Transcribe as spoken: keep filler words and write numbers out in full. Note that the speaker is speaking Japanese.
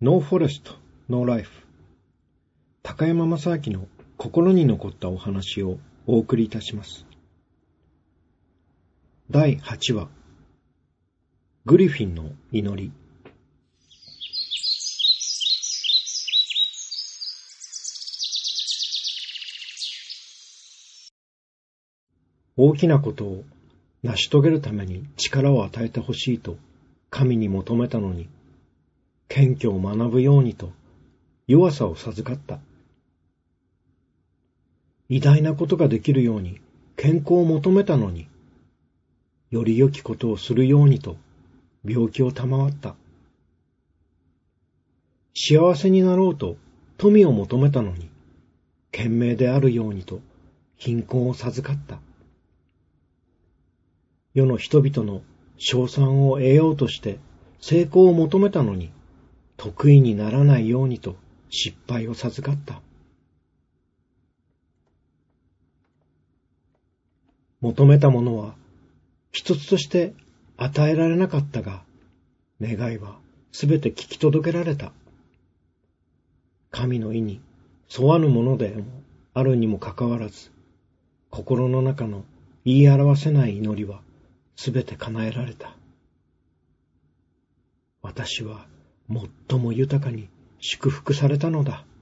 ノーフォレスト、ノーライフ。高山正明の心に残ったお話をお送りいたします。だいはちわ、グリフィンの祈り。大きなことを成し遂げるために力を与えてほしいと神に求めたのに、謙虚を学ぶようにと弱さを授かった。偉大なことができるように健康を求めたのに、より良きことをするようにと病気を賜った。幸せになろうと富を求めたのに、賢明であるようにと貧困を授かった。世の人々の称賛を得ようとして成功を求めたのに、得意にならないようにと失敗を授かった。求めたものは一つとして与えられなかったが、願いはすべて聞き届けられた。神の意に沿わぬものでもあるにもかかわらず、心の中の言い表せない祈りはすべて叶えられた。私は最も豊かに祝福されたのだ。